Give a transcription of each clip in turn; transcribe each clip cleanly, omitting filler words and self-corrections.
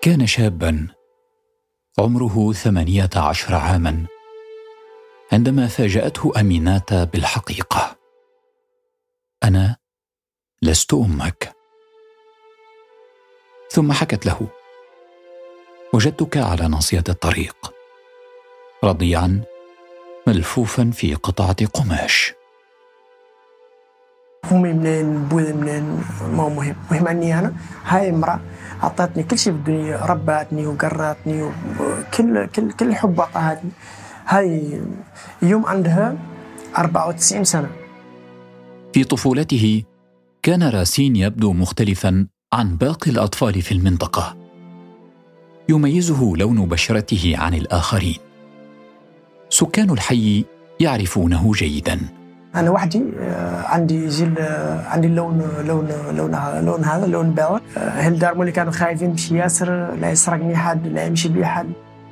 كان شاباً عمره 18 عاماً عندما فاجأته أميناتا بالحقيقة: أنا لست أمك. ثم حكت له: وجدتك على ناصية الطريق، رضيعاً ملفوفاً في قطعة قماش. أمي منين، بوذي منين، ما مهم أني أنا هاي امرأة أعطتني كل شيء في الدنيا، رباتني وقراتني وكل حب أعطتني. هاي يوم عندها 94 سنة. في طفولته كان راسين يبدو مختلفاً عن باقي الأطفال في المنطقة. يميزه لون بشرته عن الآخرين. سكان الحي يعرفونه جيداً. أنا وحدي، عندي عندي لون هذا لون بيضاء. هالدار مولي كانوا خايفين بشي ياسر، لا يسرقني حد، لا يمشي بي حد.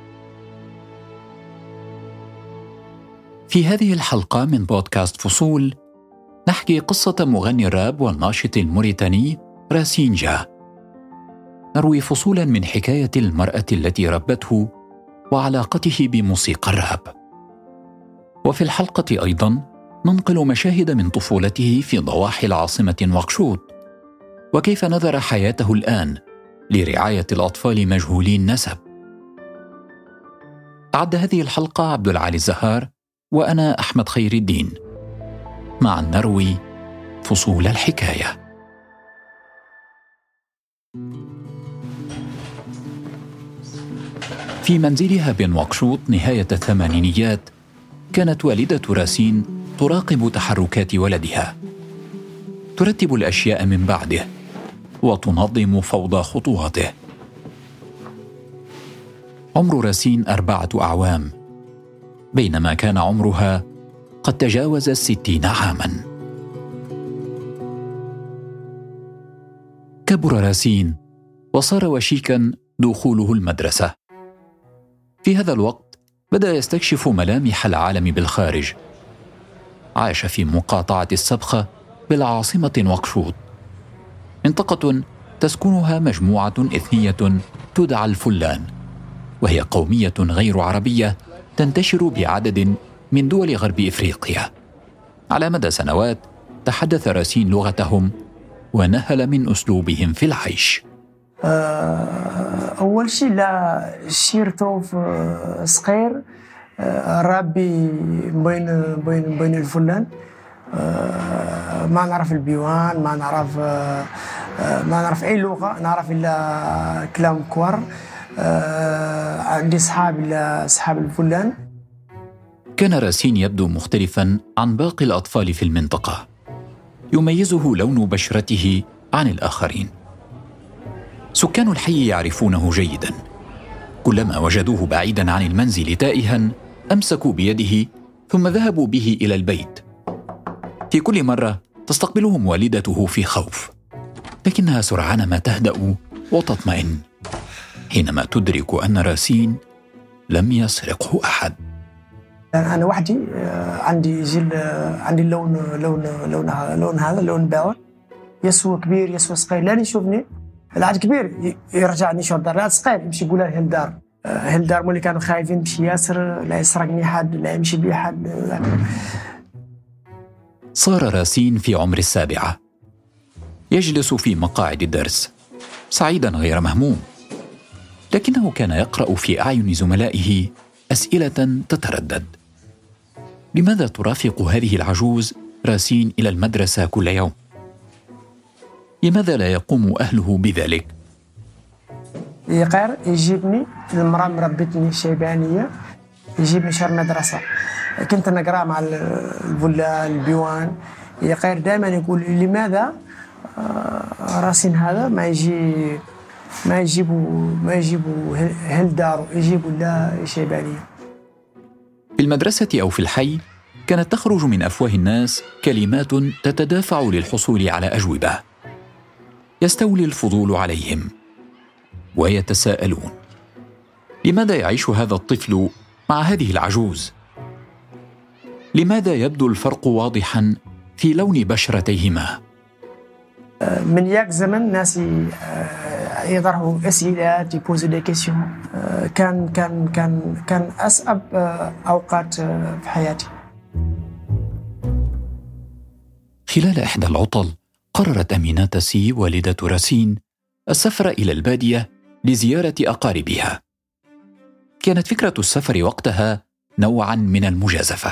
في هذه الحلقة من بودكاست فصول نحكي قصة مغني الراب والناشط الموريتاني راسين جا. نروي فصولا من حكاية المرأة التي ربته وعلاقته بموسيقى الراب. وفي الحلقة أيضا ننقل مشاهد من طفولته في ضواحي العاصمة نواكشوط، وكيف نذر حياته الآن لرعاية الأطفال مجهولي النسب. أعد هذه الحلقة عبد العالي الزهار، وأنا أحمد خير الدين. معا نروي فصول الحكاية. في منزلها بنواكشوط نهاية الثمانينيات كانت والدة راسين تراقب تحركات ولدها، ترتب الأشياء من بعده وتنظم فوضى خطواته. عمر راسين 4 أعوام، بينما كان عمرها قد تجاوز 60 عاماً. كبر راسين وصار وشيكاً دخوله المدرسة. في هذا الوقت بدأ يستكشف ملامح العالم بالخارج. عاش في مقاطعة السبخة بالعاصمة نواكشوط، منطقة تسكنها مجموعة إثنية تدعى الفلان، وهي قومية غير عربية تنتشر بعدد من دول غرب إفريقيا. على مدى سنوات تحدث راسين لغتهم ونهل من أسلوبهم في العيش. أول شيء لا شيرتو في صغير، ربي بين الفلان. ما نعرف البيوان، ما نعرف أي لغة، نعرف إلا كلام كوار. عندي أصحاب الفلان. كان راسين يبدو مختلفاً عن باقي الأطفال في المنطقة. يميزه لون بشرته عن الآخرين. سكان الحي يعرفونه جيداً. كلما وجدوه بعيداً عن المنزل تائها أمسكوا بيده ثم ذهبوا به إلى البيت. في كل مرة تستقبلهم والدته في خوف، لكنها سرعان ما تهدأ وتطمئن حينما تدرك أن راسين لم يسرقه أحد. أنا وحدي، عندي لون هذا لون بيضاء. يسوى كبير يسوى صغير، لا يشوفني العاد كبير يرجعني شو الدار، لا صغير يمشي يقول له هالدار مولي كانوا خايفين بشي ياسر، لا يسرقني حد، لا يمشي بي حد. صار راسين في عمر 7. يجلس في مقاعد الدرس سعيدا غير مهموم، لكنه كان يقرأ في أعين زملائه أسئلة تتردد: لماذا ترافق هذه العجوز راسين إلى المدرسة كل يوم؟ لماذا لا يقوم أهله بذلك؟ يقر يجيبني، المرأة مربتني شيبانية، يجيبني شهر مدرسة. كنت نقرأ مع الفلان البيوان. يقر دائما يقول لماذا راسين هذا ما يجيبوا هالدار، يجيبوا لا شيبانية. في المدرسة أو في الحي كانت تخرج من أفواه الناس كلمات تتدافع للحصول على أجوبة. يستولي الفضول عليهم ويتساءلون: لماذا يعيش هذا الطفل مع هذه العجوز؟ لماذا يبدو الفرق واضحا في لون بشرتيهما؟ من ياك زمن ناس يطرحوا أسئلة، يبوزوا دي كيسيون. كان أصعب أوقات في حياتي. خلال إحدى العطل قررت أميناتا سي والدة راسين السفر إلى البادية لزيارة أقاربها. كانت فكرة السفر وقتها نوعاً من المجازفة.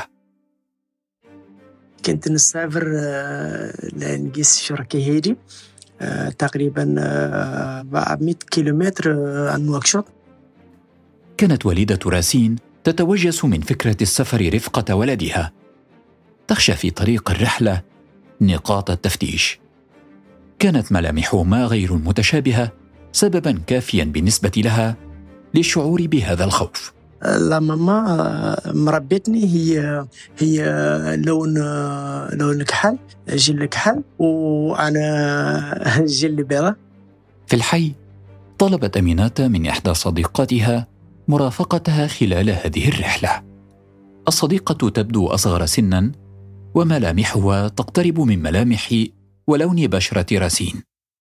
كنت نسافر لنقيس شركة هيدي تقريباً 400 كيلومتر عن نواكشوط. كانت والدة راسين تتوجس من فكرة السفر رفقة ولدها، تخشى في طريق الرحلة نقاط التفتيش. كانت ملامحهما غير متشابهة سبباً كافياً بالنسبة لها للشعور بهذا الخوف. ماما مربتني هي لون كحل، جل كحل، وأنا جل بيضة. في الحي طلبت أميناتا من إحدى صديقاتها مرافقتها خلال هذه الرحلة. الصديقة تبدو أصغر سناً وملامحها تقترب من ملامح ولون بشرة راسين.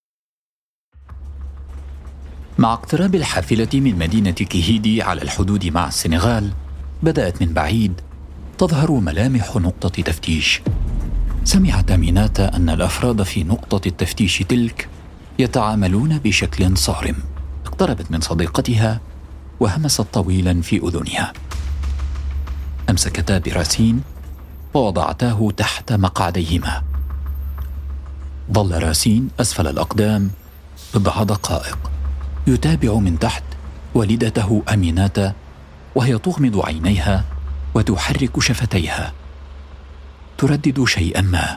مع اقتراب الحافلة من مدينة كيهيدي على الحدود مع السنغال، بدأت من بعيد تظهر ملامح نقطة تفتيش. سمعت أميناتا أن الأفراد في نقطة التفتيش تلك يتعاملون بشكل صارم. اقتربت من صديقتها وهمست طويلا في أذنها. أمسكتا براسين ووضعتاه تحت مقعديهما. ظل راسين أسفل الأقدام بضع دقائق يتابع من تحت والدته أميناتا وهي تغمض عينيها وتحرك شفتيها تردد شيئا ما.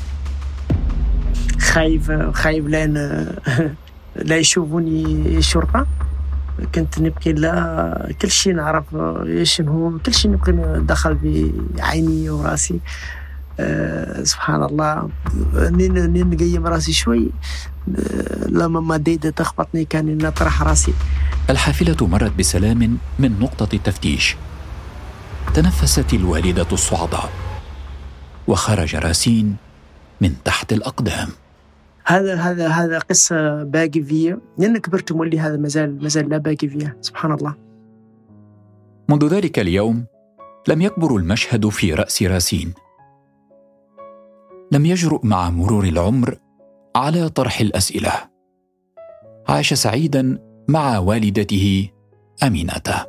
خايف لأن لا يشوفوني الشرطة. كنت نبكي، لا كل شيء نعرف شنو، كل شيء نبقى دخل بعيني وراسي. سبحان الله، نين نقيم راسي شوي لما ما ديدة تخبطني كان نطرح راسي. الحافلة مرت بسلام من نقطة التفتيش. تنفست الوالدة الصعداء وخرج راسين من تحت الأقدام. هذا قصة باقي فيها، لأن كبرت مولي هذا مازال لا باقي فيها. سبحان الله. منذ ذلك اليوم لم يكبر المشهد في رأس راسين. لم يجرؤ مع مرور العمر على طرح الأسئلة. عاش سعيداً مع والدته أميناتا.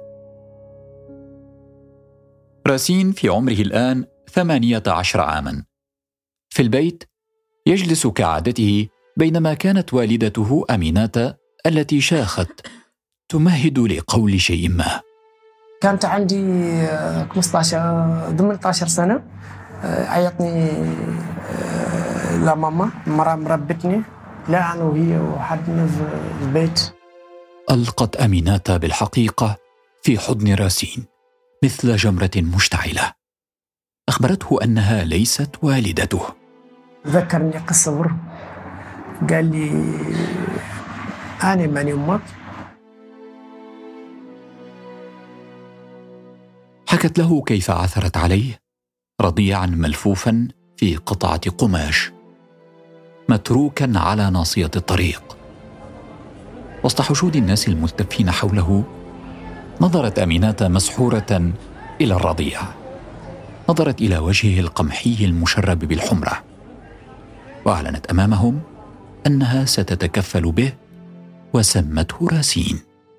راسين في عمره الآن 18 عاماً. في البيت يجلس كعادته بينما كانت والدته أميناتا التي شاخت تمهد لقول شيء ما. كانت عندي 18 سنة. عيطني لا ماما مربتني، لا أنا وهي وحدنا في البيت. ألقت أميناتا بالحقيقة في حضن راسين مثل جمرة مشتعلة. أخبرته أنها ليست والدته. ذكرني قصة قال لي أنا ماني أمك. حكت له كيف عثرت عليه رضيعا ملفوفا في قطعة قماش متروكا على ناصية الطريق. وسط حشود الناس الملتفين حوله نظرت أميناتا مسحورة إلى الرضيع. نظرت إلى وجهه القمحي المشرب بالحمرة وأعلنت أمامهم أنها ستتكفل به وسمته راسين.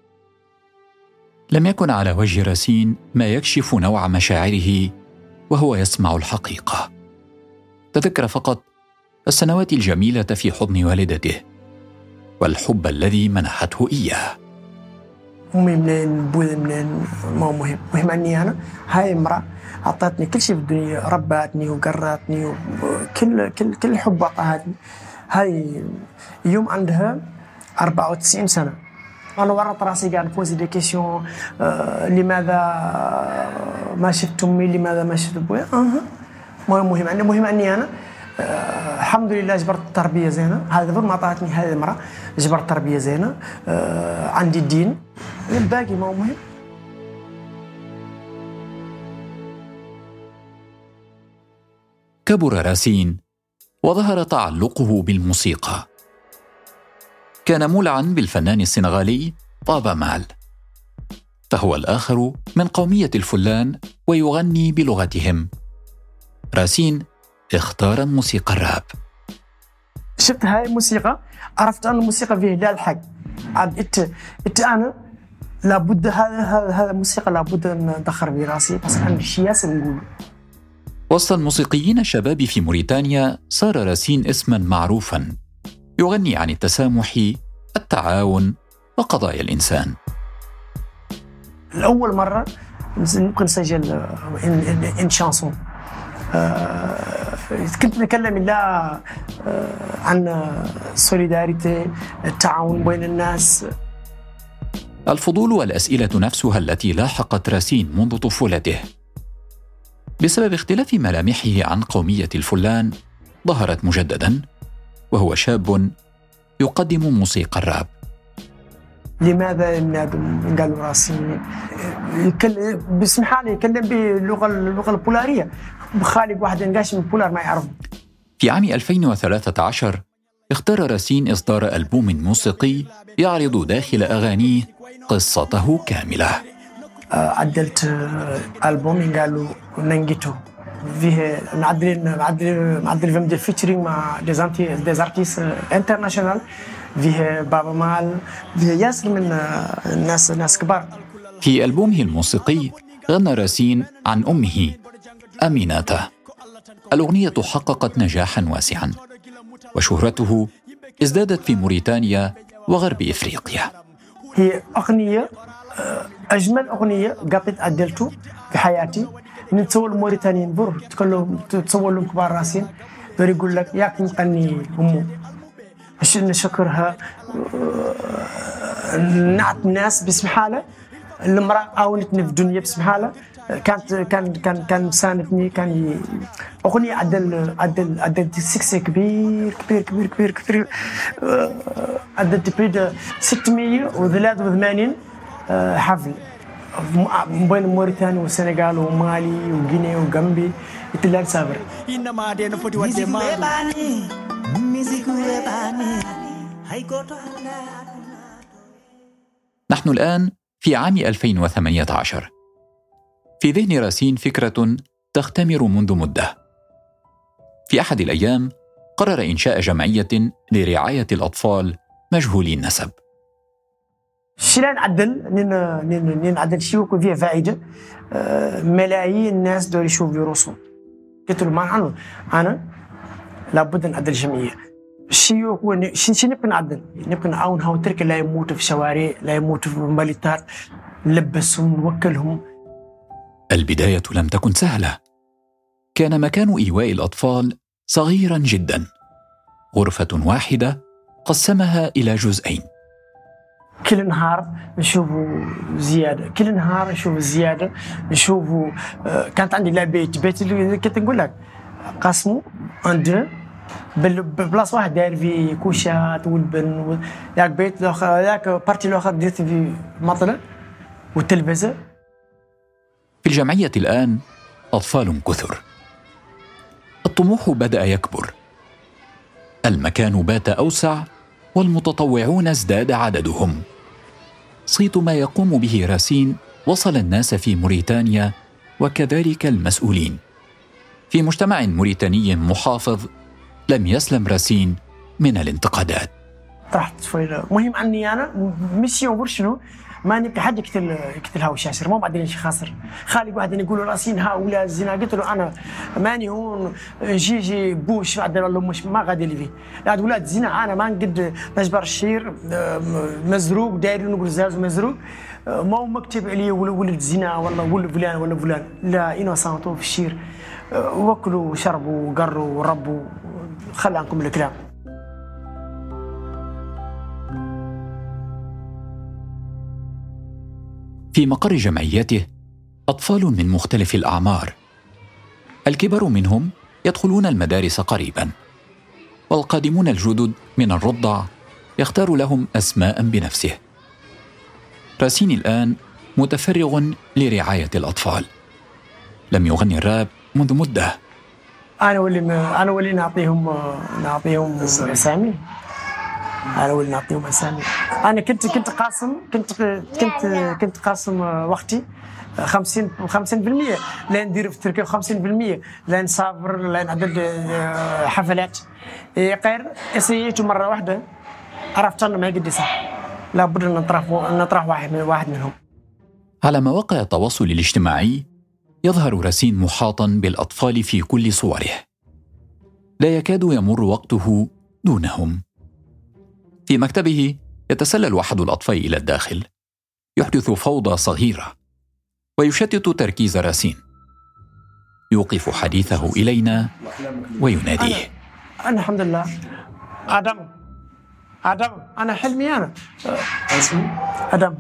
لم يكن على وجه راسين ما يكشف نوع مشاعره وهو يسمع الحقيقة. تذكر فقط السنوات الجميلة في حضن والدته والحب الذي منحته إياه. أمي منين، بوي منين، ما مهم أني أنا هاي امرأة أعطتني كل شيء في الدنيا، ربتني وقرتني وكل حب أعطتني. هاي يوم عندها 94 سنة. أنا ورط راسي قاعد بوزي دي كيسيون، لماذا ما شفت أمي، لماذا ما شفت أبوي. مهم أني أنا الحمد لله جبرت تربية زينة. هذا ما أعطتني هذه المرأة، جبرت تربية زينة، عندي الدين، الباقي ما هو مهم. كبر راسين وظهر تعلقه بالموسيقى. كان مولعا بالفنان السنغالي طابا مال، فهو الآخر من قومية الفلان ويغني بلغتهم. راسين اختار الموسيقى الراب. شفت هاي الموسيقى، عرفت أن الموسيقى فيه لا الحق. أنا لابد هذا الموسيقى لابد أن أدخر براسي، بس أنا سياسة نقول. وسط الموسيقيين الشباب في موريتانيا صار راسين اسما معروفا، يغني عن التسامح، التعاون وقضايا الإنسان. الأول مرة ممكن نسجل إن شانسون، كنت نتكلم لا عن سوليداريتي، التعاون بين الناس. الفضول والأسئلة نفسها التي لاحقت راسين منذ طفولته بسبب اختلاف ملامحه عن قومية الفلان ظهرت مجددا، وهو شاب يقدم موسيقى الراب. لماذا قالوا راسين باسم حالي يتكلم باللغة البولارية، بخالق واحد نقاش من بولار ما يعرف. في عام 2013 اختار راسين إصدار ألبوم موسيقي يعرض داخل أغانيه قصته كاملة. عدلت ألبوم قالوا ننجتو فيه معدل فيهم دي فيتشرينج مع ديز ارتيست انترناشونال، فيه بابا مال، فيه ياسر من ناس كبار. في ألبومه الموسيقي غنى راسين عن أمه أميناتا. الأغنية حققت نجاحا واسعا، وشهرته ازدادت في موريتانيا وغرب إفريقيا. هي أغنية أجمل أغنية قبل أدلته في حياتي. نتصور الموريتانيين بور تصور لهم كبار راسين دور يقول لك ياك نقني أمه، نشكرها، نعت الناس باسم حالة. المرأة عاونتني في الدنيا باسم حالة، كان مساندني، كان أغنية عدل سكسي كبير كبير كبير كبير كبير، عدل تبريد 683 حفل بين موريتانيا والسنغال ومالي وغينيا وغامبي يتلال سابر. نحن الآن في عام 2018. في ذهن راسين فكرة تختمر منذ مدة. في أحد الأيام قرر إنشاء جمعية لرعاية الأطفال مجهولي النسب. شلون نعدل شيء ويكون فيه فائدة، ملايين الناس دول يشوفوا يروسون. قلت له ما أنا لابد نعدل جمعية. شيء هو شيء نبقى نعدل، نبقى نعاون هاو ترك لا يموتوا في شوارع، لا يموتوا في ماليتار، نلبسهم نوكلهم. البداية لم تكن سهلة. كان مكان إيواء الأطفال صغيرا جدا، غرفة واحدة قسمها إلى جزئين. كل نهار نشوفوا زيادة، كل نهار نشوفوا زيادة، نشوفوا. كانت عندي لا بيت اللي كنت نقول لك قسموا عند بلاص واحد داير في كوشات والبن، ياك بيت ياك بارتي الاخر ديرت في مطلع والتلفزة. في الجمعية الآن أطفال كثر. الطموح بدأ يكبر، المكان بات أوسع، والمتطوعون ازداد عددهم. صيت ما يقوم به راسين وصل الناس في موريتانيا وكذلك المسؤولين. في مجتمع موريتاني محافظ لم يسلم راسين من الانتقادات. طرحت شوي مهم عني أنا ميسيون برشنو ما نبقى حد يقتل هاو الشاشر، ما بعدين شي خاسر خالق واحد يقولوا راسين هؤلاء الزنا. قلت له انا ماني هون جيجي بوش عدل ولا مش ما غادي لي فيه لا ولاد زنا. انا ما نقد نجبر الشير مزروق داير نقول زاز مزروق، ما هو مكتب عليه ولد زنا ولا فلان ولا فلان، لا انوسانتو في الشير. وكلوا وشربوا وقروا وربوا، خلي عنكم الكلام. في مقر جمعيته أطفال من مختلف الأعمار. الكبار منهم يدخلون المدارس قريبا، والقادمون الجدد من الرضع يختار لهم أسماء بنفسه. راسين الآن متفرغ لرعاية الأطفال. لم يغني الراب منذ مدة. أنا واللي نعطيهم أسامي. على ولي نعطيهم أسامي. أنا كنت قاسم وقتي 50% لين ندير في تركيا، 50% لين نسافر، لين عدد حفلات. غير اسيت مرة واحدة عرفت أنه ما يقدر صح، لابد أن نطرح واحد منهم. على مواقع التواصل الاجتماعي يظهر راسين محاطاً بالأطفال في كل صوره، لا يكاد يمر وقته دونهم. في مكتبه يتسلل أحد الأطفال إلى الداخل، يحدث فوضى صغيرة ويشتت تركيز راسين. يوقف حديثه إلينا ويناديه: أنا الحمد لله آدم، أنا حلمي أنا آدم.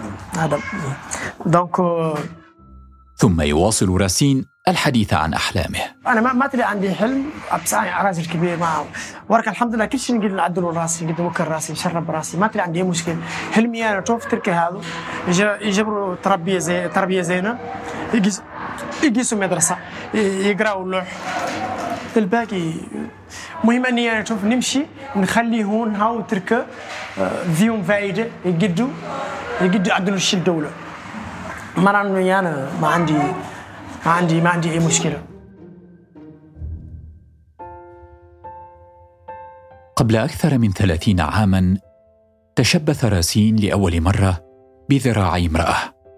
دونك ثم يواصل راسين الحديث عن أحلامه. أنا ما تري عندي حلم أبسعني راجل كبير معه ورك الحمد لله كل شيء نقدر نعدل راسي، نقدر نوكل راسي، نشرب راسي، ما تري عندي أي مشكلة. حلمي أنا شوف تركي هذا يجبروا تربية زينة، يقيسوا مدرسة، يقرأوا اللوح، الباقي مهم أني أنا شوف نمشي نخلي هون هاو تركة فيهم فائدة، يقدروا يعدلوا الشيء الدولة. ما أنا ما عندي أي مشكلة. قبل أكثر من 30 عاماً تشبث راسين لأول مرة بذراعي امرأة.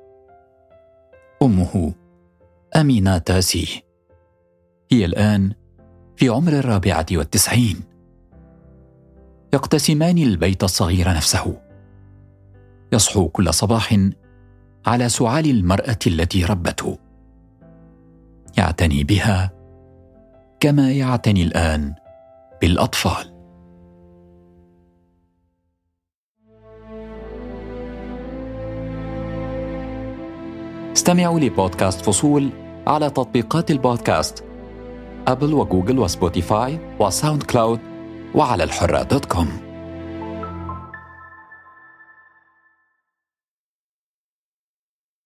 أمه أمينة تاسي. هي الآن في عمر 94. يقتسمان البيت الصغير نفسه. يصحو كل صباح على سعال المرأة التي ربته. يعتني بها كما يعتني الآن بالأطفال. استمعوا لبودكاست فصول على تطبيقات البودكاست أبل وجوجل وسبوتيفاي وساوند كلاود وعلى الحرة.com.